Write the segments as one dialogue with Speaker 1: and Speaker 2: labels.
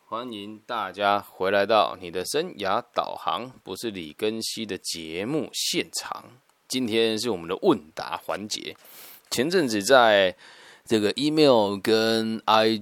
Speaker 1: 欢迎大家回来到你的生涯导航，不是李根熙的节目现场。今天是我们的问答环节。前阵子在这个 email 跟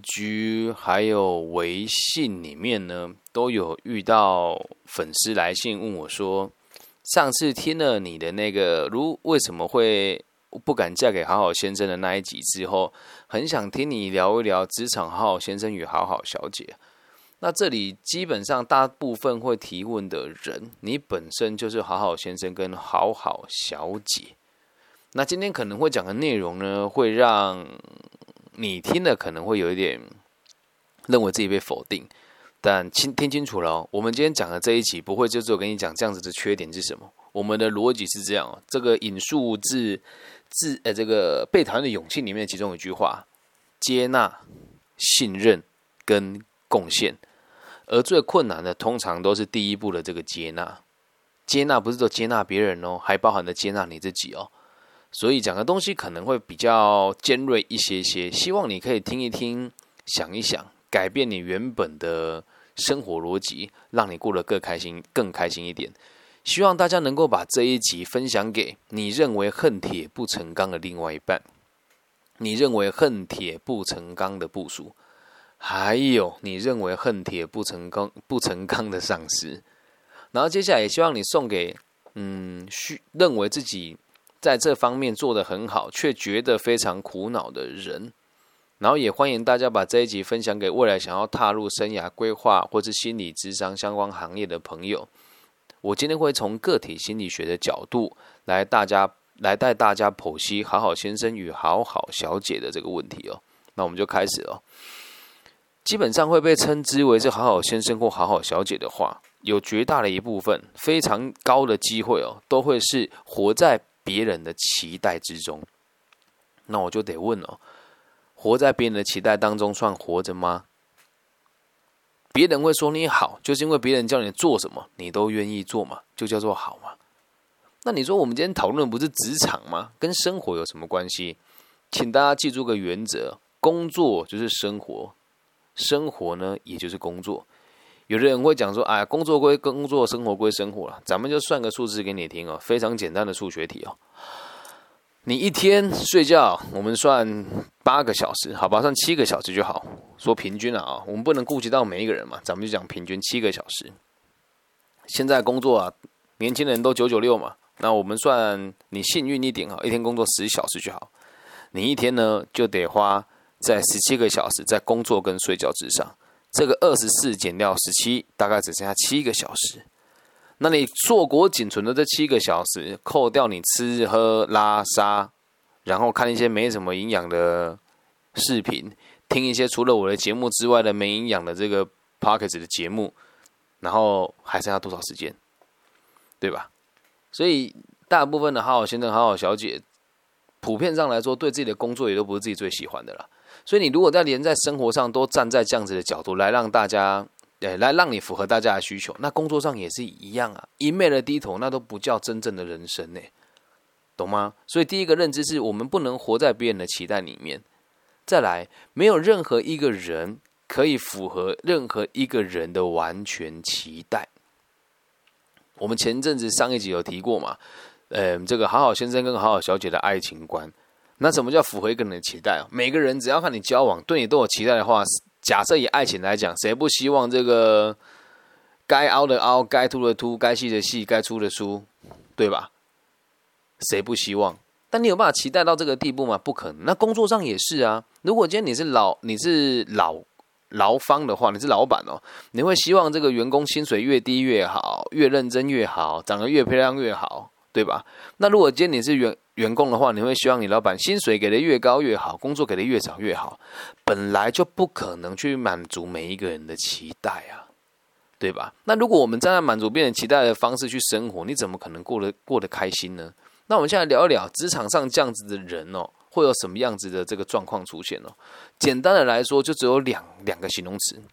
Speaker 1: IG 还有微信里面呢，都有遇到粉丝来信问我说，上次听了你的那个为什么会不敢嫁给好好先生的那一集之后，很想听你聊一聊职场好好先生与好好小姐。那这里基本上大部分会提问的人，你本身就是好好先生跟好好小姐。那今天可能会讲的内容呢，会让你听了可能会有一点认为自己被否定，但听清楚了哦，我们今天讲的这一集不会就只有跟你讲这样子的缺点是什么。我们的逻辑是这样哦，这个引述自这个被讨厌的勇气里面的其中一句话：接纳、信任跟贡献。而最困难的通常都是第一步的这个接纳。接纳不是说接纳别人哦，还包含了接纳你自己哦。所以讲的东西可能会比较尖锐一些些，希望你可以听一听，想一想，改变你原本的生活逻辑，让你过得更开心一点。希望大家能够把这一集分享给你认为恨铁不成钢的另外一半，你认为恨铁不成钢的部属，还有你认为恨铁不成钢的上司。然后接下来也希望你送给认为自己在这方面做得很好却觉得非常苦恼的人。然后也欢迎大家把这一集分享给未来想要踏入生涯规划或是心理咨商相关行业的朋友。我今天会从个体心理学的角度来带大家剖析好好先生与好好小姐的这个问题哦。那我们就开始了。基本上会被称之为是好好先生或好好小姐的话，有绝大的一部分，非常高的机会哦，都会是活在别人的期待之中。那我就得问哦，活在别人的期待当中算活着吗？别人会说你好，就是因为别人叫你做什么，你都愿意做嘛，就叫做好嘛。那你说我们今天讨论的不是职场吗？跟生活有什么关系？请大家记住个原则：工作就是生活，生活呢也就是工作。有的人会讲说，哎，工作归工作，生活归生活了。咱们就算个数字给你听哦，非常简单的数学题哦。你一天睡觉，我们算8个小时，好吧，算7个小时就好。说平均啊，我们不能顾及到每一个人嘛，咱们就讲平均7个小时。现在工作啊，年轻人都996嘛，那我们算你幸运一点哈，一天工作10小时就好。你一天呢就得花在17个小时在工作跟睡觉之上，这个24减掉17，大概只剩下7个小时。那你硕果仅存的这7个小时，扣掉你吃喝拉撒，然后看一些没什么营养的视频，听一些除了我的节目之外的没营养的这个 Podcast 的节目，然后还剩下多少时间，对吧？所以大部分的好好先生、好好小姐，普遍上来说，对自己的工作也都不是自己最喜欢的啦。所以你如果连在生活上都站在这样子的角度来让大家。来让你符合大家的需求，那工作上也是一样啊，一昧的低头，那都不叫真正的人生呢，懂吗？所以第一个认知是我们不能活在别人的期待里面。再来，没有任何一个人可以符合任何一个人的完全期待。我们前阵子上一集有提过嘛，这个好好先生跟好好小姐的爱情观。那什么叫符合一个人的期待？每个人只要和你交往，对你都有期待的话。假设以爱情来讲，谁不希望这个该凹的凹，该凸的凸，该细的细，该出的出，对吧？谁不希望？但你有办法期待到这个地步吗？不可能。那工作上也是啊。如果今天你是劳方的话，你是老板哦，你会希望这个员工薪水越低越好，越认真越好，长得越漂亮越好，对吧？那如果今天你是员工的话，你会希望你老板薪水给的越高越好，工作给的越少越好，本来就不可能去满足每一个人的期待啊，对吧？那如果我们站在满足别人期待的方式去生活，你怎么可能过得开心呢？那我们现在聊一聊职场上这样子的人哦，会有什么样子的这个状况出现哦？简单的来说，就只有两个形容词：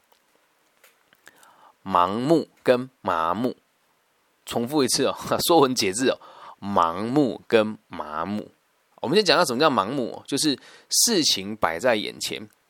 Speaker 1: 盲目跟麻木。重复一次哦，说文解字哦。盲目跟麻木，我们先讲到什么叫盲目，就是事情摆在眼前，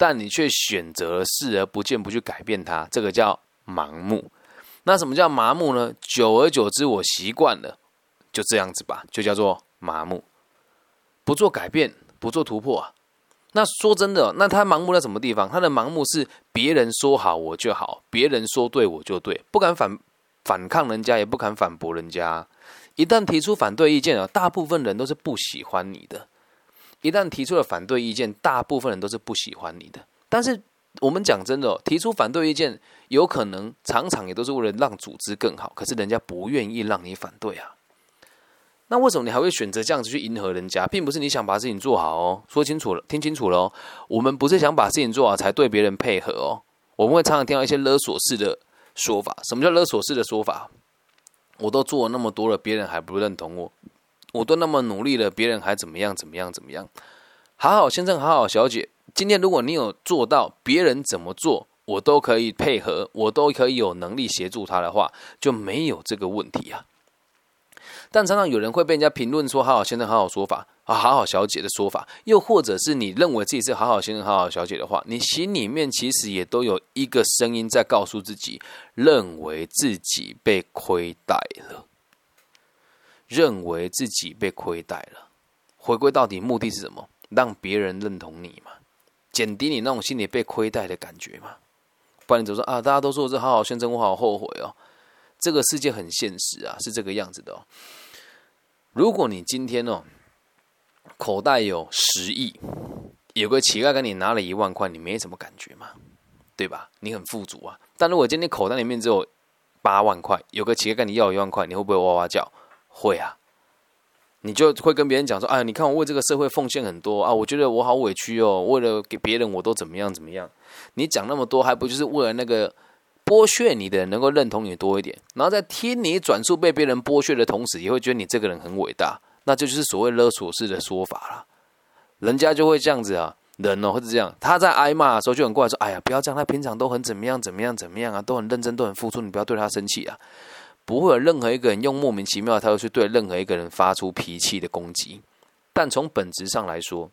Speaker 1: 但你却选择了视而不见，不去改变它，这个叫盲目。那什么叫麻木呢？久而久之，我习惯了，就这样子吧，就叫做麻木，不做改变，不做突破啊。那说真的，那他盲目在什么地方？他的盲目是别人说好我就好，别人说对我就对，不敢反抗人家，也不敢反驳人家。一旦提出反对意见，大部分人都是不喜欢你的。一旦提出了反对意见，大部分人都是不喜欢你的。但是我们讲真的，提出反对意见，有可能常常也都是为了让组织更好，可是人家不愿意让你反对啊。那为什么你还会选择这样子去迎合人家？并不是你想把事情做好哦，说清楚了，听清楚了哦。我们不是想把事情做好才对别人配合哦。我们会常常听到一些勒索式的说法。什么叫勒索式的说法？我都做了那么多了，别人还不认同我，我都那么努力了，别人还怎么样怎么样怎么样？好好先生，好好小姐，今天如果你有做到别人怎么做，我都可以配合，我都可以有能力协助他的话，就没有这个问题啊。但常常有人会被人家评论说好好先生好好说法啊，好好小姐的说法，又或者是你认为自己是好好先生好好小姐的话，你心里面其实也都有一个声音在告诉自己，认为自己被亏待了，认为自己被亏待了。回归到底目的是什么？让别人认同你嘛，减低你那种心里被亏待的感觉嘛。不然你怎么说啊？大家都说我是好好先生，我好后悔哦。这个世界很现实啊，是这个样子的哦。如果你今天口袋有10亿，有个乞丐跟你拿了1万块，你没什么感觉嘛，对吧？你很富足啊。但如果今天口袋里面只有8万块，有个乞丐跟你要1万块，你会不会哇哇叫？会啊。你就会跟别人讲说，哎，你看我为这个社会奉献很多啊，我觉得我好委屈哦，为了给别人我都怎么样怎么样。你讲那么多，还不就是为了那个剥削你的人能够认同你多一点，然后在听你转述被别人剥削的同时，也会觉得你这个人很伟大，那这就是所谓勒索式的说法啦。人家就会这样子啊，人会是这样，他在挨骂的时候就很过来说，哎呀，不要这样，他平常都很怎么样怎么样怎么样啊，都很认真，都很付出，你不要对他生气啊。不会有任何一个人用莫名其妙的态度去对任何一个人发出脾气的攻击，但从本质上来说，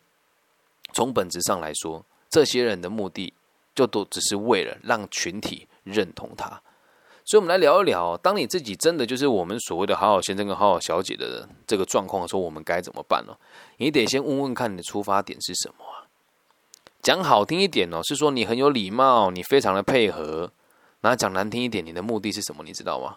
Speaker 1: 这些人的目的就都只是为了让群体认同他。所以我们来聊一聊，当你自己真的就是我们所谓的好好先生跟好好小姐的这个状况的时候，我们该怎么办呢？你得先问问看你的出发点是什么啊。讲好听一点是说你很有礼貌，你非常的配合。那讲难听一点，你的目的是什么？你知道吗？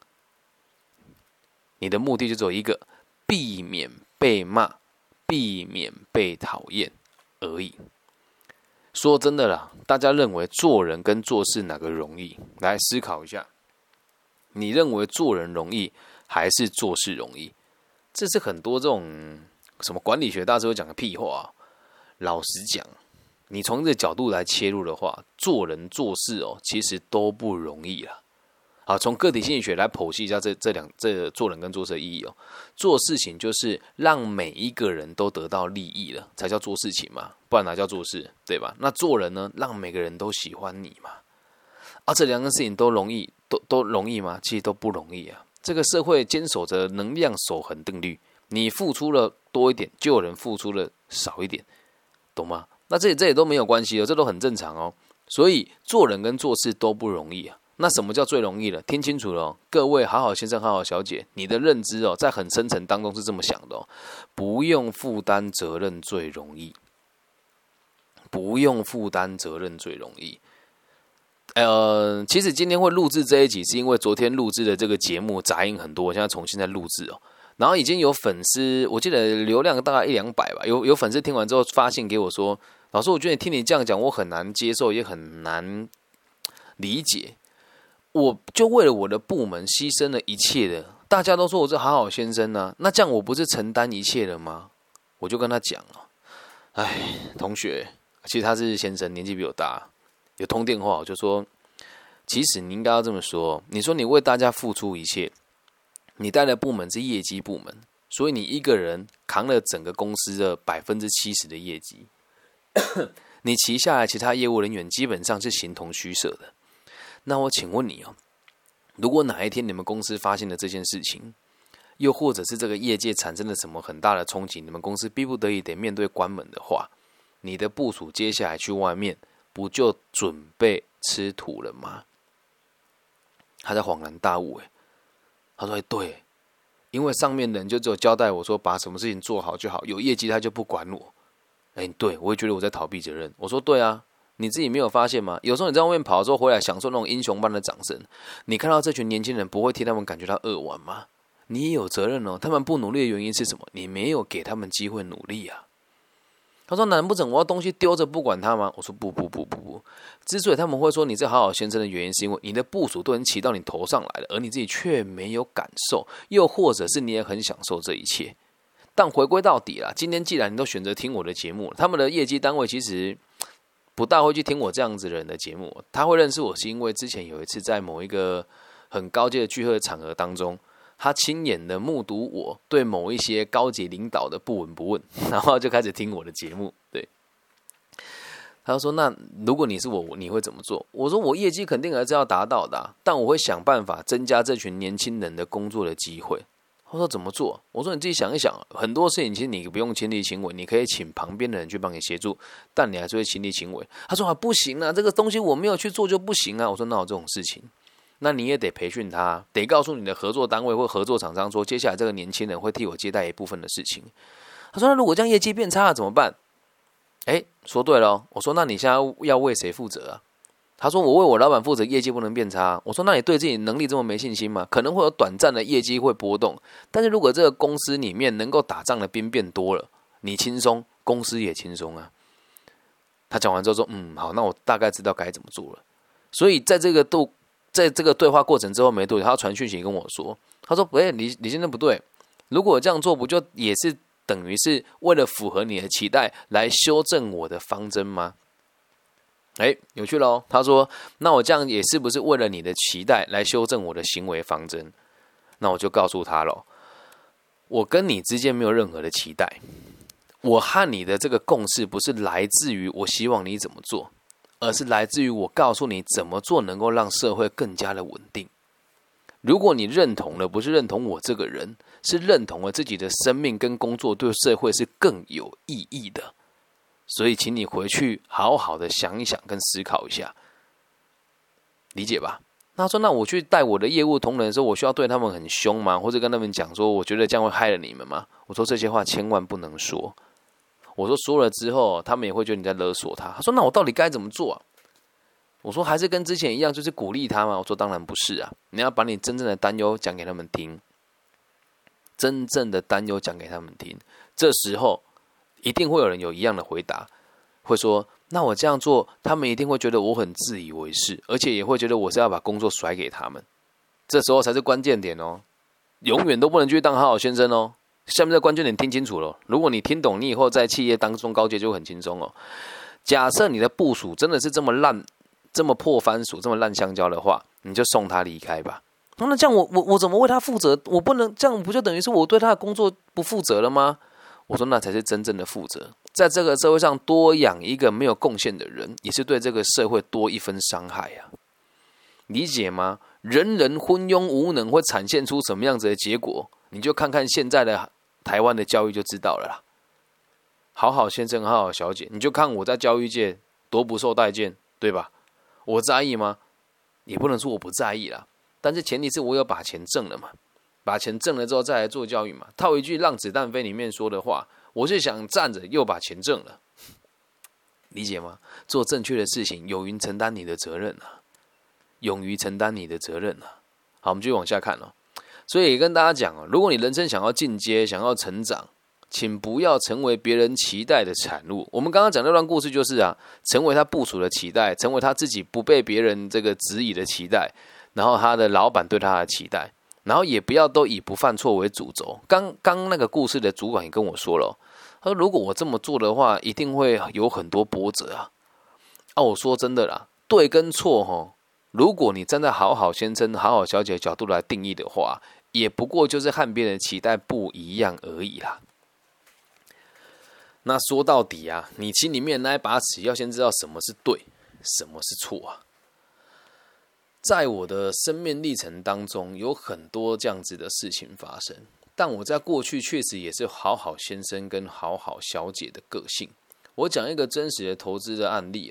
Speaker 1: 你的目的就只有一个，避免被骂，避免被讨厌而已。说真的啦，大家认为做人跟做事哪个容易？来思考一下，你认为做人容易还是做事容易？这是很多这种什么管理学大师会讲的屁话。老实讲，你从这个角度来切入的话，做人做事其实都不容易啦。好，从个体心理学来剖析一下这做人跟做事的意义做事情就是让每一个人都得到利益了，才叫做事情嘛，不然哪叫做事，对吧？那做人呢，让每个人都喜欢你嘛。这两件事情都容易，都容易吗？其实都不容易啊。这个社会坚守着能量守恒定律，你付出了多一点，就有人付出了少一点，懂吗？那这也都没有关系这都很正常哦。所以做人跟做事都不容易啊。那什么叫最容易了？听清楚了各位好好先生好好小姐，你的认知在很深层当中是这么想的不用负担责任最容易，不用负担责任最容易。其实今天会录制这一集，是因为昨天录制的这个节目杂音很多，我现在重新在录制然后已经有粉丝，我记得流量大概100-200吧，有粉丝听完之后发信给我说，老师，我觉得听你这样讲，我很难接受，也很难理解。我就为了我的部门牺牲了一切的，大家都说我是好好先生呢，那这样我不是承担一切了吗？我就跟他讲同学，其实他是先生，年纪比我大，有通电话，我就说，其实你应该要这么说，你说你为大家付出一切，你带的部门是业绩部门，所以你一个人扛了整个公司的70%的业绩，你旗下的其他业务人员基本上是形同虚设的。那我请问你如果哪一天你们公司发现了这件事情，又或者是这个业界产生了什么很大的冲击，你们公司逼不得已得面对关门的话，你的部属接下来去外面不就准备吃土了吗？他在恍然大悟，他说：“对，因为上面的人就只有交代我说把什么事情做好就好，有业绩他就不管我。对，我也觉得我在逃避责任。我说对啊，你自己没有发现吗？有时候你在外面跑的时候回来享受那种英雄般的掌声，你看到这群年轻人不会替他们感觉到扼腕吗？你也有责任哦。他们不努力的原因是什么？你没有给他们机会努力啊。”他说：“难不成我要东西丢着不管他吗？”我说：“不。之所以他们会说你这好好先生的原因，是因为你的部属都已经骑到你头上来了，而你自己却没有感受，又或者是你也很享受这一切。但回归到底啦，今天既然你都选择听我的节目，他们的业绩单位其实不大会去听我这样子的人的节目。他会认识我是因为之前有一次在某一个很高阶的聚会场合当中。”他亲眼的目睹我对某一些高级领导的不闻不问，然后就开始听我的节目。对，他就说：“那如果你是我，你会怎么做？”我说：“我业绩肯定还是要达到的但我会想办法增加这群年轻人的工作的机会。”他说：“怎么做？”我说：“你自己想一想，很多事情其实你不用亲力亲为，你可以请旁边的人去帮你协助，但你还是会亲力亲为。”他说：“不行啊，这个东西我没有去做就不行啊。”我说：“哪有这种事情？”那你也得培训他，得告诉你的合作单位或合作厂商说，接下来这个年轻人会替我接待一部分的事情。他说：“那如果这样业绩变差了怎么办？”说对了。我说：“那你现在要为谁负责啊？”他说：“我为我老板负责，业绩不能变差。”我说：“那你对自己能力这么没信心吗？可能会有短暂的业绩会波动，但是如果这个公司里面能够打仗的兵变多了，你轻松，公司也轻松啊。”他讲完之后说：“好，那我大概知道该怎么做了。”所以在这个对话过程之后没多久，他传讯息跟我说：“他说，你现在不对，如果这样做，不就也是等于是为了符合你的期待来修正我的方针吗？”有趣咯。他说：“那我这样也是不是为了你的期待来修正我的行为方针？”那我就告诉他了，我跟你之间没有任何的期待，我和你的这个共识不是来自于我希望你怎么做。而是来自于我告诉你怎么做能够让社会更加的稳定。如果你认同的不是认同我这个人，是认同了自己的生命跟工作对社会是更有意义的，所以请你回去好好的想一想跟思考一下，理解吧？他说：“那我去带我的业务同仁的时候，我需要对他们很凶吗？或者跟他们讲说，我觉得这样会害了你们吗？”我说：“这些话千万不能说。”我说说了之后，他们也会觉得你在勒索他。他说：“那我到底该怎么做啊？”我说：“还是跟之前一样，就是鼓励他吗？”我说：“当然不是啊，你要把你真正的担忧讲给他们听，真正的担忧讲给他们听。这时候一定会有人有一样的回答，会说：那我这样做，他们一定会觉得我很自以为是，而且也会觉得我是要把工作甩给他们。这时候才是关键点哦，永远都不能去当好好先生哦。”下面的关键点听清楚了，如果你听懂，你以后在企业当中高阶就很轻松哦。假设你的部属真的是这么烂、这么破番薯、这么烂香蕉的话，你就送他离开吧。那这样我怎么为他负责？我不能这样，不就等于是我对他的工作不负责了吗？我说那才是真正的负责。在这个社会上多养一个没有贡献的人，也是对这个社会多一分伤害啊。理解吗？人人昏庸无能会产现出什么样子的结果？你就看看现在的台湾的教育就知道了啦。好好先生，好好小姐，你就看我在教育界多不受待见，对吧？我在意吗？也不能说我不在意啦，但是前提是我有把钱挣了嘛，把钱挣了之后再来做教育嘛。套一句让子弹飞里面说的话，我是想站着又把钱挣了，理解吗？做正确的事情，勇于承担你的责任啊，勇于承担你的责任啊。好，我们继续往下看哦。所以也跟大家讲哦，如果你人生想要进阶，想要成长，请不要成为别人期待的产物。我们刚刚讲那段故事就是啊，成为他部属的期待，成为他自己不被别人这个质疑的期待，然后他的老板对他的期待，然后也不要都以不犯错为主轴。刚那个故事的主管也跟我说了，他说如果我这么做的话，一定会有很多波折啊。我说真的啦，对跟错如果你站在好好先生、好好小姐的角度来定义的话，也不过就是和别人的期待不一样而已啦。那说到底啊，你心里面那一把尺要先知道什么是对，什么是错啊。在我的生命历程当中，有很多这样子的事情发生，但我在过去确实也是好好先生跟好好小姐的个性。我讲一个真实的投资的案例哦。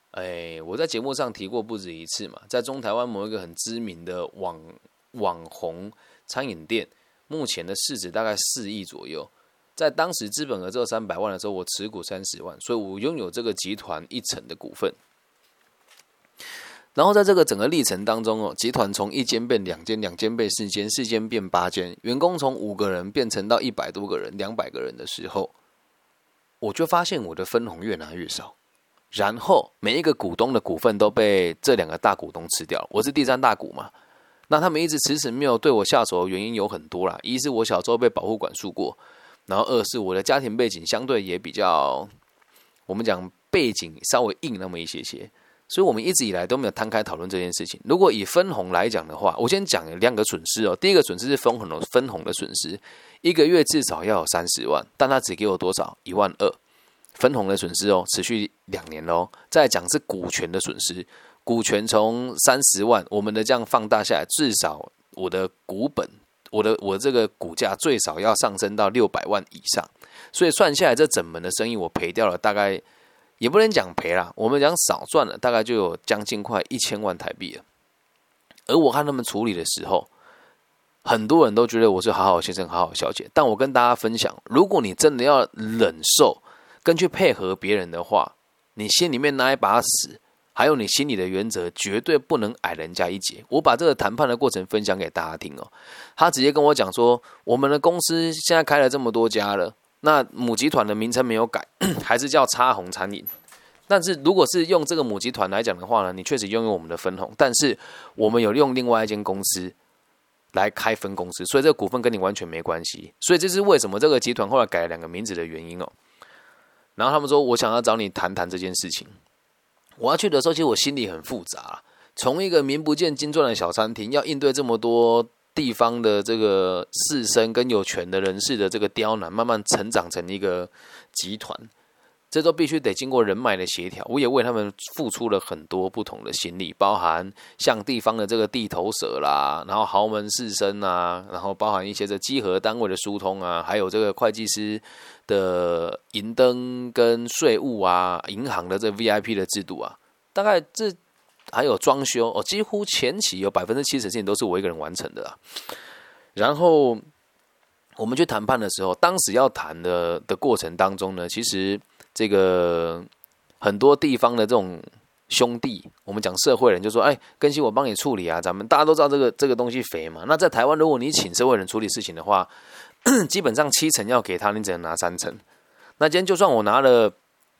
Speaker 1: 我在节目上提过不止一次嘛，在中台湾某一个很知名的网红餐饮店，目前的市值大概4亿左右。在当时资本额只有300万的时候，我持股30万，所以我拥有这个集团1成的股份。然后在这个整个历程当中集团从1间变2间，2间变4间，4间变8间，员工从5个人变成到100多个人、200个人的时候，我就发现我的分红越拿越少。然后每一个股东的股份都被这2个大股东吃掉，我是第3大股嘛。那他们一直迟迟没有对我下手的原因有很多啦，一是我小时候被保护管束过，然后2是我的家庭背景相对也比较，我们讲背景稍微硬那么一些些，所以我们一直以来都没有摊开讨论这件事情。如果以分红来讲的话，我先讲2个损失第一个损失是分红的损失，1个月至少要有30万，但他只给我多少？1万2，分红的损失持续2年再来讲是股权的损失，股权从30万，我们的这样放大下来，至少我的股本。我这个股价最少要上升到600万以上，所以算下来这整门的生意我赔掉了，大概也不能讲赔啦，我们讲少赚了，大概就有将近快1000万台币了。而我看他们处理的时候，很多人都觉得我是好好先生、好好小姐，但我跟大家分享，如果你真的要忍受跟去配合别人的话，你心里面那一把屎，还有你心里的原则，绝对不能矮人家一截。我把这个谈判的过程分享给大家听他直接跟我讲说，我们的公司现在开了这么多家了，那母集团的名称没有改，还是叫插红餐饮。但是如果是用这个母集团来讲的话呢，你确实拥有我们的分红，但是我们有用另外一间公司来开分公司，所以这个股份跟你完全没关系。所以这是为什么这个集团后来改了2个名字的原因然后他们说，我想要找你谈谈这件事情。我要去的时候，其实我心里很复杂从一个名不见经传的小餐厅，要应对这么多地方的这个士绅跟有权的人士的这个刁难，慢慢成长成一个集团，这都必须得经过人脉的协调。我也为他们付出了很多不同的心力，包含像地方的这个地头蛇啦，然后豪门士绅啊，然后包含一些这稽核单位的疏通啊，还有这个会计师的银灯跟税务啊，银行的这 VIP 的制度啊，大概这还有装修几乎前期有70%的事情都是我一个人完成的啦。然后我们去谈判的时候，当时要谈的过程当中呢，其实这个很多地方的这种兄弟，我们讲社会人就说，更新我帮你处理啊，咱们大家都知道这个东西肥嘛。那在台湾，如果你请社会人处理事情的话，基本上7成要给他，你只能拿3成。那今天就算我拿了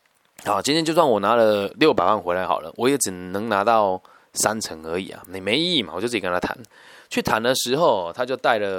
Speaker 1: 600万回来好了，我也只能拿到3成而已啊，你没意义嘛，我就自己跟他谈。去谈的时候，他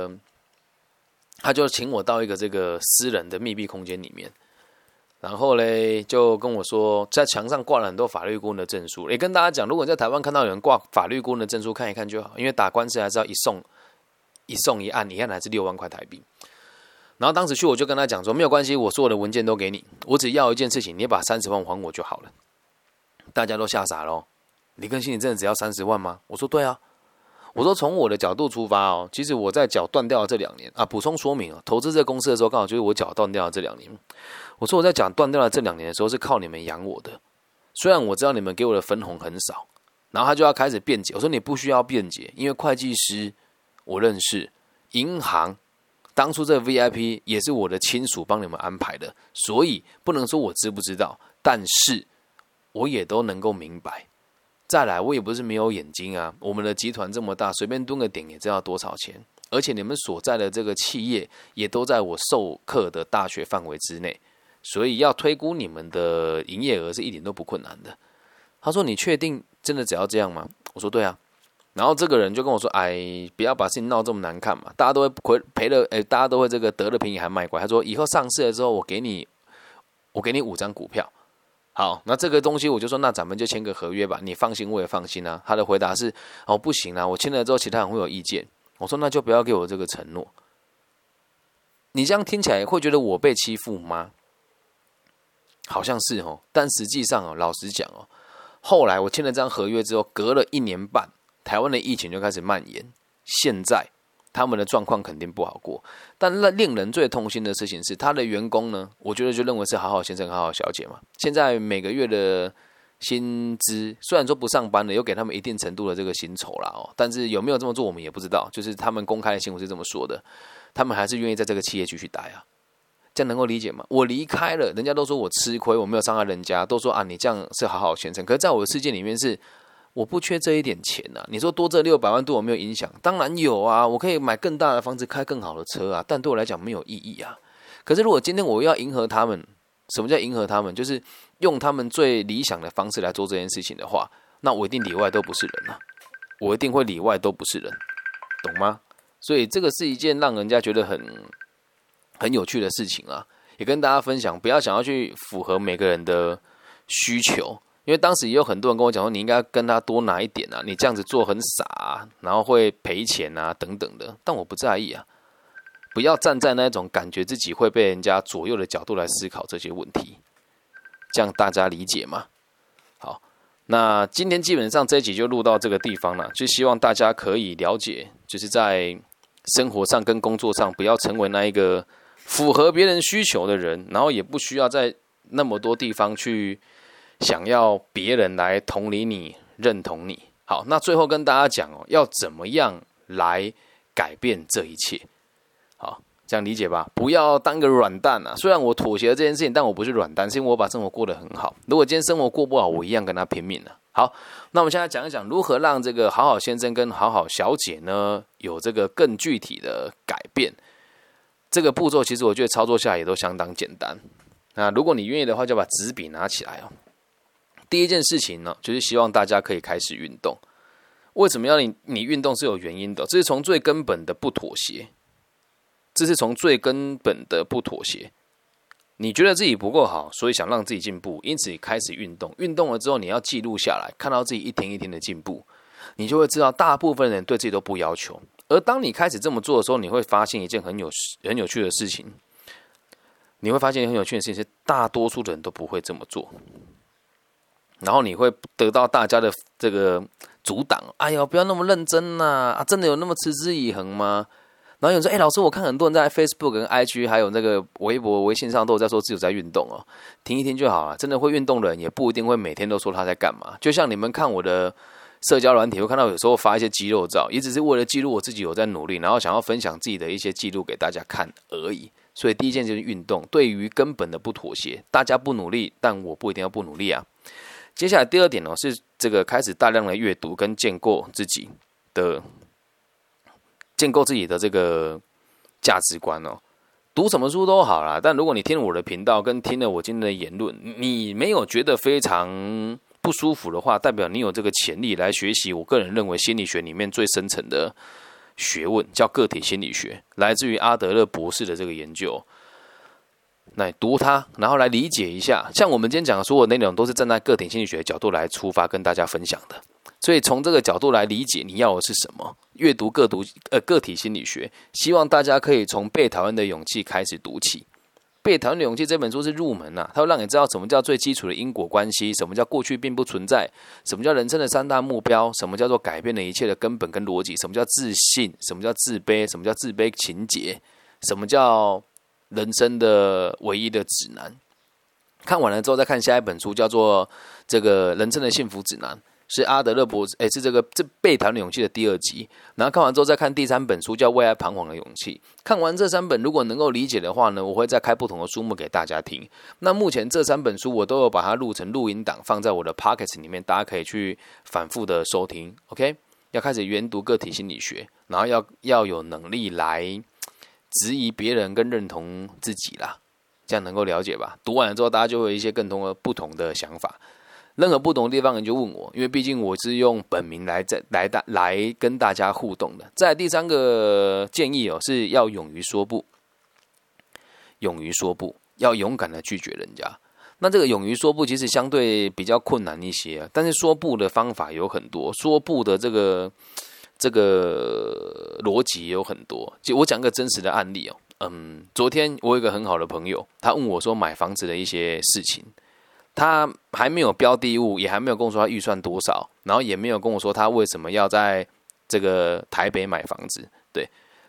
Speaker 1: 就请我到一个这个私人的密闭空间里面，然后嘞就跟我说，在墙上挂了很多法律顾问的证书。也跟大家讲，如果你在台湾看到有人挂法律顾问的证书，看一看就好，因为打官司还是要一送一案，一案还是6万块台币。然后当时去我就跟他讲说，没有关系，我所有的文件都给你，我只要一件事情，你把30万还我就好了。大家都吓傻了李根新，你真的只要30万吗？我说对啊。我说从我的角度出发其实我在脚断掉的这2年补充说明投资这个公司的时候，刚好就是我脚断掉的这2年。我说我在脚断掉的这2年的时候是靠你们养我的，虽然我知道你们给我的分红很少。然后他就要开始辩解，我说你不需要辩解，因为会计师我认识，银行当初这个 VIP 也是我的亲属帮你们安排的，所以不能说我知不知道，但是我也都能够明白。再来，我也不是没有眼睛啊，我们的集团这么大，随便蹲个点也知道多少钱，而且你们所在的这个企业也都在我授课的大学范围之内，所以要推估你们的营业额是一点都不困难的。他说你确定真的只要这样吗？我说对啊。然后这个人就跟我说，不要把事情闹这么难看嘛，大家都会赔了，大家都会这个得了便宜还卖乖。他说以后上市了之后，我给你5张股票。好，那这个东西我就说，那咱们就签个合约吧，你放心我也放心啊。他的回答是不行啊，我签了之后其他人会有意见。我说那就不要给我这个承诺。你这样听起来会觉得我被欺负吗？好像是但实际上老实讲后来我签了这张合约之后，隔了1年半，台湾的疫情就开始蔓延，现在他们的状况肯定不好过。但令人最痛心的事情是，他的员工呢，我觉得就认为是好好先生、好好小姐嘛。现在每个月的薪资，虽然说不上班了，又给他们一定程度的这个薪酬啦但是有没有这么做我们也不知道，就是他们公开的新闻是这么说的，他们还是愿意在这个企业继续待啊，这样能够理解吗？我离开了，人家都说我吃亏，我没有伤害人家，都说啊你这样是好好先生，可是在我的世界里面是我不缺这一点钱啊，你说多这600万对我没有影响？当然有啊，我可以买更大的房子，开更好的车啊，但对我来讲没有意义啊。可是如果今天我要迎合他们，什么叫迎合他们？就是用他们最理想的方式来做这件事情的话，那我一定里外都不是人啊，我一定会里外都不是人，懂吗？所以这个是一件让人家觉得很有趣的事情啊，也跟大家分享，不要想要去符合每个人的需求，因为当时也有很多人跟我讲说，你应该跟他多拿一点啊，你这样子做很傻啊，然后会赔钱啊等等的，但我不在意啊。不要站在那种感觉自己会被人家左右的角度来思考这些问题，这样大家理解吗？好，那今天基本上这一集就录到这个地方了，就希望大家可以了解，就是在生活上跟工作上不要成为那一个符合别人需求的人，然后也不需要在那么多地方去想要别人来同理你、认同你。好，那最后跟大家讲要怎么样来改变这一切。好，这样理解吧，不要当个软蛋啊！虽然我妥协了这件事情，但我不是软蛋，是因为我把生活过得很好。如果今天生活过不好，我一样跟他拼命了。好，那我们现在讲一讲如何让这个好好先生跟好好小姐呢有这个更具体的改变。这个步骤其实我觉得操作下来也都相当简单。那如果你愿意的话，就把纸笔拿起来第一件事情呢，就是希望大家可以开始运动。为什么要你运动是有原因的，这是从最根本的不妥协。这是从最根本的不妥协。你觉得自己不够好，所以想让自己进步，因此开始运动。运动了之后，你要记录下来，看到自己一天一天的进步，你就会知道大部分人对自己都不要求。而当你开始这么做的时候，你会发现一件很有趣的事情。你会发现很有趣的事情是，大多数的人都不会这么做。然后你会得到大家的这个阻挡。哎呦，不要那么认真啊！真的有那么持之以恒吗？然后有人说：“老师，我看很多人在 Facebook 跟 IG 还有那个微博、微信上都有在说自己有在运动听一听就好了。真的会运动的人也不一定会每天都说他在干嘛。就像你们看我的社交软体，会看到有时候发一些肌肉照，也只是为了记录我自己有在努力，然后想要分享自己的一些记录给大家看而已。所以第一件就是运动，对于根本的不妥协，大家不努力，但我不一定要不努力啊。接下来第二点是这个开始大量的阅读跟建构自己的这个价值观读什么书都好啦，但如果你听了我的频道跟听了我今天的言论，你没有觉得非常不舒服的话，代表你有这个潜力来学习我个人认为心理学里面最深层的学问，叫个体心理学，来自于阿德勒博士的这个研究。那你读它，然后来理解一下，像我们今天讲的所有内容都是站在个体心理学的角度来出发跟大家分享的。所以从这个角度来理解你要的是什么，阅读个体心理学，希望大家可以从《被讨厌的勇气》开始读起。《被讨厌的勇气》这本书是入门它会让你知道什么叫最基础的因果关系，什么叫过去并不存在，什么叫人生的3大目标，什么叫做改变了一切的根本跟逻辑，什么叫自信，什么叫自卑，什么叫自卑情节，什么叫人生的唯一的指南。看完了之后再看下一本书，叫做这个人生的幸福指南，是阿德勒博士，是这被讨厌的勇气的第2集。然后看完之后再看第3本书，叫为爱彷徨的勇气。看完这3本，如果能够理解的话呢，我会再开不同的书目给大家听。那目前这3本书我都有把它录成录音档，放在我的 Podcast 里面，大家可以去反复的收听。OK， 要开始研读个体心理学，然后要有能力来质疑别人跟认同自己啦，这样能够了解吧？读完了之后，大家就会有一些更多不同的想法。任何不同的地方你就问我，因为毕竟我是用本名来跟大家互动的。再来第3个建议是要勇于说不，要勇敢的拒绝人家。那这个勇于说不其实相对比较困难一些但是说不的方法有很多，说不的这个逻辑也有很多。就我讲个真实的案例昨天我有一个很好的朋友，他问我说买房子的一些事情。他还没有标的物，也还没有跟我说他预算多少，然后也没有跟我说他为什么要在这个台北买房子。对，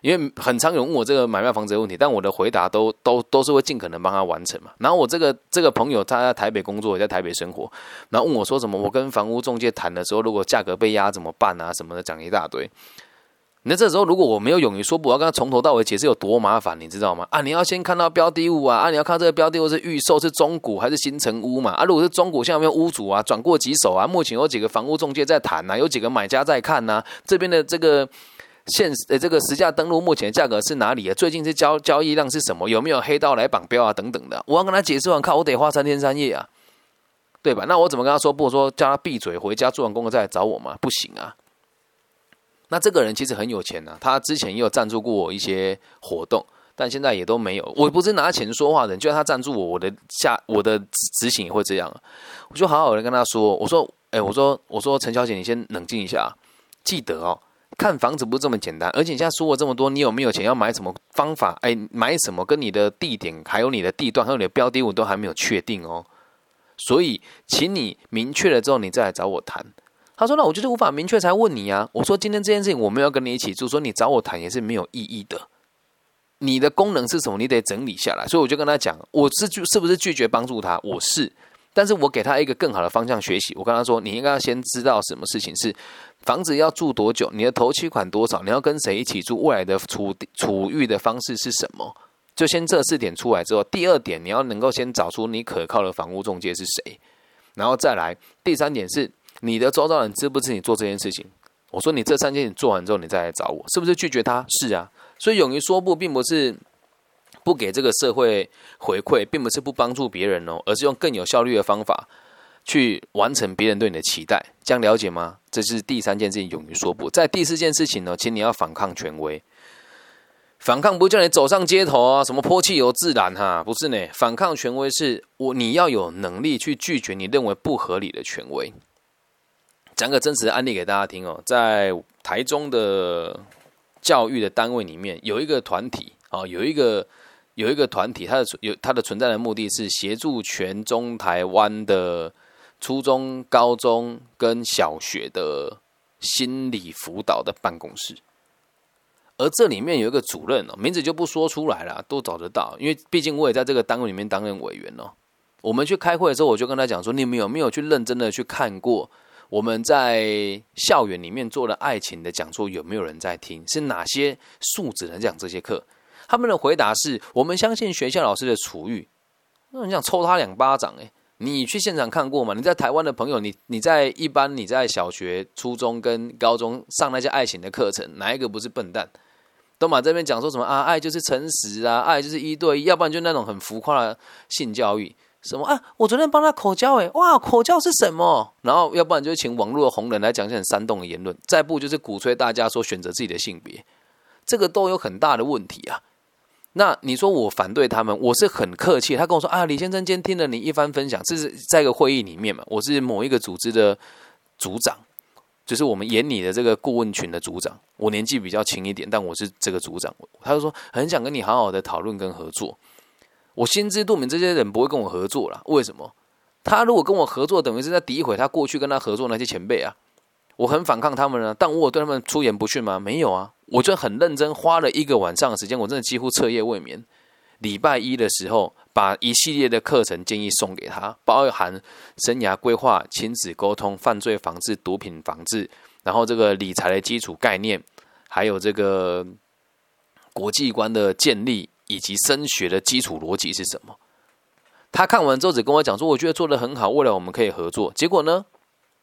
Speaker 1: 因为很常有人问我这个买卖房子的问题，但我的回答都是会尽可能帮他完成嘛。然后我这个朋友他在台北工作，也在台北生活，然后问我说什么，我跟房屋中介谈的时候，如果价格被压怎么办啊什么的，讲一大堆。那这时候如果我没有勇于说不，我要跟他从头到尾解释有多麻烦，你知道吗？你要先看到标的物啊，你要看这个标的物是预售是中古还是新成屋嘛？如果是中古，现在有没有屋主啊？转过几手啊？目前有几个房屋中介在谈啊？有几个买家在看啊？这边的这个这个实价登录目前的价格是哪里啊？最近是交易量是什么？有没有黑道来绑标啊？等等的，我要跟他解释完，靠，我得花3天3夜啊，对吧？那我怎么跟他说不？说叫他闭嘴，回家做完功课再来找我吗？不行啊。那这个人其实很有钱啊，他之前也有赞助过我一些活动，但现在也都没有。我不是拿钱说话的人，就算他赞助我，我的执行也会这样。我就好好的跟他说，我说陈小姐，你先冷静一下，记得哦，看房子不是这么简单，而且你现在说了这么多，你有没有钱要买什么方法？买什么跟你的地点，还有你的地段，还有你的标的物都还没有确定哦。所以，请你明确了之后，你再来找我谈。他说：“那我就是无法明确才问你啊。”我说：“今天这件事情我没有跟你一起住，说你找我谈也是没有意义的。你的功能是什么？你得整理下来。”所以我就跟他讲，我是不是拒绝帮助他？我是，但是我给他一个更好的方向学习。我跟他说：“你应该要先知道什么事情是房子要住多久，你的头期款多少，你要跟谁一起住，未来的处遇的方式是什么？就先这4点出来之后，第2点你要能够先找出你可靠的房屋中介是谁，然后再来第3点是。”你的周遭人支不支持你做这件事情？我说你这3件事做完之后，你再来找我，是不是拒绝他？是啊，所以勇于说不，并不是不给这个社会回馈，并不是不帮助别人哦，而是用更有效率的方法去完成别人对你的期待。这样了解吗？这是第3件事情，勇于说不。在第4件事情呢，请你要反抗权威。反抗不是叫你走上街头啊，什么泼汽油自燃哈，不是呢。反抗权威是你要有能力去拒绝你认为不合理的权威。讲个真实的案例给大家听哦，在台中的教育的单位里面，有一个团体啊，有一个团体，它的存在的目的是协助全中台湾的初中、高中跟小学的心理辅导的办公室。而这里面有一个主任哦，名字就不说出来了，都找得到，因为毕竟我也在这个单位里面担任委员哦。我们去开会的时候，我就跟他讲说，你们有没有去认真的去看过？我们在校园里面做了爱情的讲座，有没有人在听？是哪些素质能讲这些课？他们的回答是：我们相信学校老师的处遇。那你想抽他2巴掌你去现场看过吗？你在台湾的朋友，你在你在小学、初中跟高中上那些爱情的课程，哪一个不是笨蛋？都把这边讲说什么啊？爱就是诚实啊，爱就是1对1，要不然就那种很浮夸的性教育。什么啊？我昨天帮他口交哇，口交是什么？然后要不然就请网络的红人来讲一些很煽动的言论，再不就是鼓吹大家说选择自己的性别，这个都有很大的问题啊。那你说我反对他们，我是很客气。他跟我说啊，李先生今天听了你一番分享，这是在一个会议里面嘛，我是某一个组织的组长，就是我们研拟的这个顾问群的组长，我年纪比较轻一点，但我是这个组长。他就说很想跟你好好的讨论跟合作。我心知肚明，这些人不会跟我合作啦。为什么？他如果跟我合作，等于是在诋毁他过去跟他合作那些前辈啊。我很反抗他们呢，但我有对他们出言不逊吗？没有啊。我就很认真，花了1个晚上的时间，我真的几乎彻夜未眠。礼拜1的时候，把一系列的课程建议送给他，包含生涯规划、亲子沟通、犯罪防治、毒品防治，然后这个理财的基础概念，还有这个国际观的建立。以及升学的基础逻辑是什么？他看完之后只跟我讲说，我觉得做得很好，未来我们可以合作。结果呢，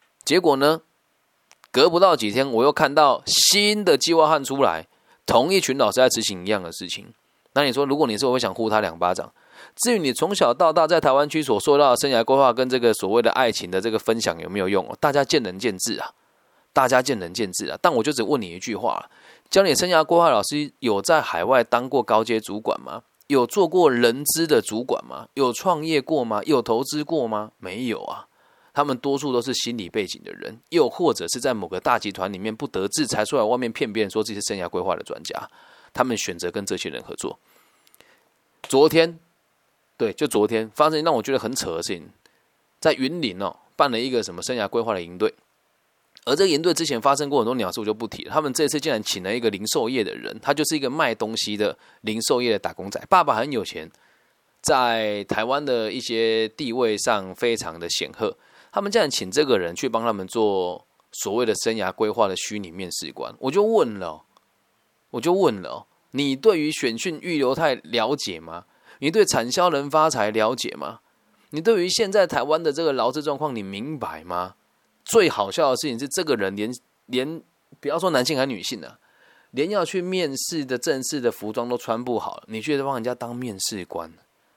Speaker 1: 隔不到几天，我又看到新的计划案出来，同一群老师在执行一样的事情。那你说，如果你是我会想呼他2巴掌。至于你从小到大在台湾区所受到的生涯规划跟这个所谓的爱情的这个分享有没有用？大家见仁见智啊，但我就只问你一句话。教你生涯规划老师有在海外当过高阶主管吗？有做过人资的主管吗？有创业过吗？有投资过吗？没有啊。他们多数都是心理背景的人，又或者是在某个大集团里面不得志才出来外面骗别人说自己是生涯规划的专家。他们选择跟这些人合作。昨天发生让我觉得很扯的事情，在云林办了一个什么生涯规划的营队。 而这个营队之前发生过很多鸟事，我就不提了。他们这次竟然请了一个零售业的人，他就是一个卖东西的零售业的打工仔，爸爸很有钱，在台湾的一些地位上非常的显赫。他们竟然请这个人去帮他们做所谓的生涯规划的虚拟面试官，我就问了，你对于选训预留态了解吗？你对产销人发财了解吗？你对于现在台湾的这个劳资状况你明白吗？最好笑的事情是，这个人连不要说男性还女性啊，连要去面试的正式的服装都穿不好，你却帮人家当面试官，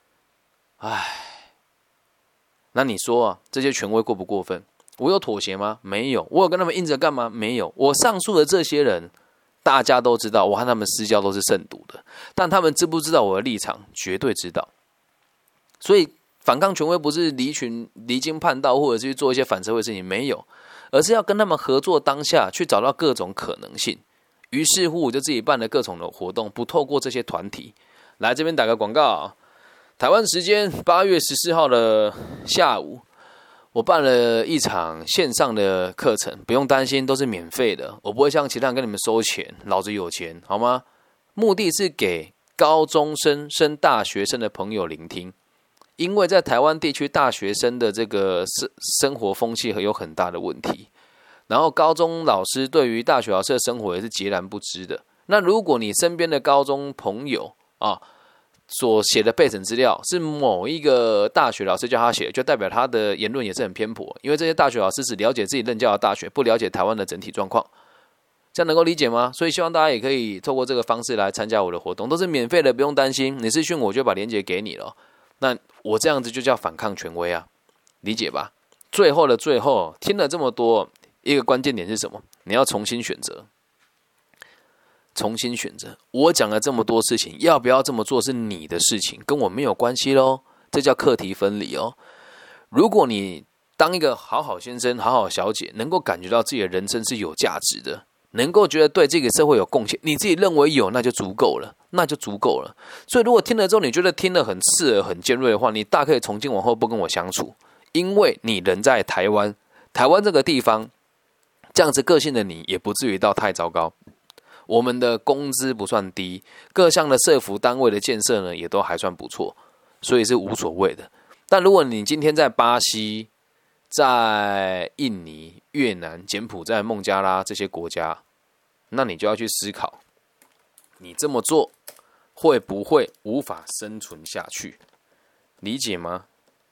Speaker 1: 那你说啊，这些权威过不过分？我有妥协吗？没有。我有跟他们硬着干嘛？没有。我上述的这些人，大家都知道，我和他们私交都是甚笃的，但他们知不知道我的立场？绝对知道。所以反抗权威不是离经叛道，或者是去做一些反社会的事情，没有，而是要跟他们合作当下，去找到各种可能性。于是乎，我就自己办了各种的活动，不透过这些团体。来这边打个广告啊，台湾时间8月14号的下午，我办了一场线上的课程，不用担心，都是免费的，我不会像其他人跟你们收钱，老子有钱，好吗？目的是给高中生、升大学生的朋友聆听。因为在台湾地区，大学生的这个生活风气有很大的问题，然后高中老师对于大学老师的生活也是截然不知的。那如果你身边的高中朋友啊所写的备审资料是某一个大学老师叫他写的，就代表他的言论也是很偏颇，因为这些大学老师只了解自己任教的大学，不了解台湾的整体状况。这样能够理解吗？所以希望大家也可以透过这个方式来参加我的活动，都是免费的，不用担心。你私讯我就把链接给你了。那我这样子就叫反抗权威啊，理解吧？最后的最后，听了这么多，一个关键点是什么？你要重新选择，重新选择。我讲了这么多事情，要不要这么做是你的事情，跟我没有关系咯。这叫课题分离哦。如果你当一个好好先生、好好小姐，能够感觉到自己的人生是有价值的，能够觉得对这个社会有贡献，你自己认为有，那就足够了。所以如果听了之后你觉得听得很刺耳、很尖锐的话，你大可以从今往后不跟我相处，因为你人在台湾这个地方，这样子个性的你也不至于到太糟糕。我们的工资不算低，各项的社福单位的建设呢也都还算不错，所以是无所谓的。但如果你今天在巴西、在印尼、越南、柬埔寨、孟加拉这些国家，那你就要去思考，你这么做会不会无法生存下去？理解吗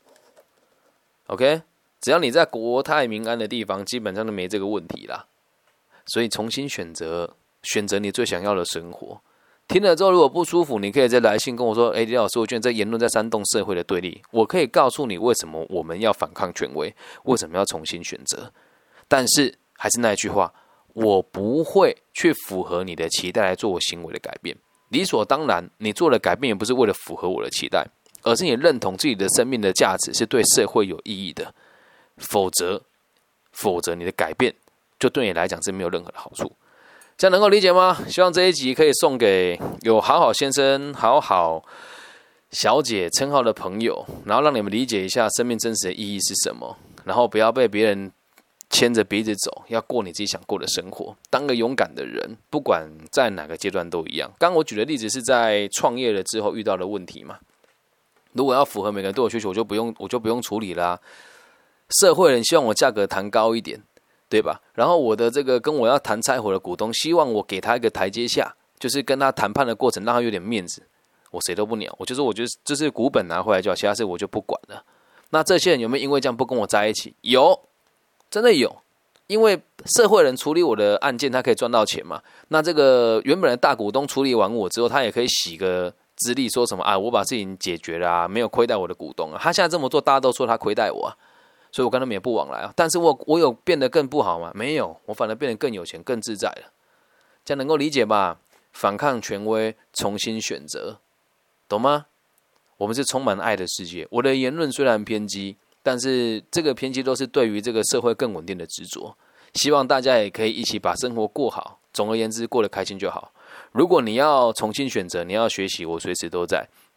Speaker 1: ？OK， 只要你在国泰民安的地方，基本上都没这个问题啦。所以重新选择你最想要的生活。听了之后如果不舒服，你可以再来信跟我说，李老师，我觉得这言论在煽动社会的对立。我可以告诉你为什么我们要反抗权威，为什么要重新选择。但是还是那一句话，我不会去符合你的期待来做我行为的改变。理所当然，你做的改变也不是为了符合我的期待，而是你认同自己的生命的价值是对社会有意义的。否则你的改变就对你来讲是没有任何的好处。这样能够理解吗？希望这一集可以送给有好好先生、好好小姐称号的朋友，然后让你们理解一下生命真实的意义是什么，然后不要被别人牵着鼻子走，要过你自己想过的生活，当个勇敢的人，不管在哪个阶段都一样。刚刚我举的例子是在创业了之后遇到的问题嘛，如果要符合每个人对我需求，我就不用处理啦。社会人希望我价格谈高一点，对吧？然后我的这个跟我要谈拆伙的股东，希望我给他一个台阶下，就是跟他谈判的过程让他有点面子。我谁都不鸟，我觉得就是股本拿回来就好，其他事我就不管了。那这些人有没有因为这样不跟我在一起？有，真的有。因为社会人处理我的案件，他可以赚到钱嘛。那这个原本的大股东处理完我之后，他也可以洗个资历，说什么啊，我把事情解决了啊，没有亏待我的股东啊。他现在这么做，大家都说他亏待我啊。所以我跟他们也不往来啊，但是我有变得更不好吗？没有，我反而变得更有钱、更自在了。这样能够理解吧？反抗权威，重新选择，懂吗？我们是充满爱的世界。我的言论虽然偏激，但是这个偏激都是对于这个社会更稳定的执着。希望大家也可以一起把生活过好。总而言之，过得开心就好。如果你要重新选择，你要学习，我随时都在。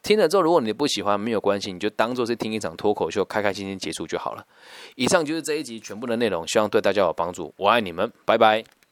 Speaker 1: 听了之后，如果你不喜欢，没有关系，你就当做是听一场脱口秀，开开心心结束就好了。以上就是这一集全部的内容，希望对大家有帮助。我爱你们，拜拜。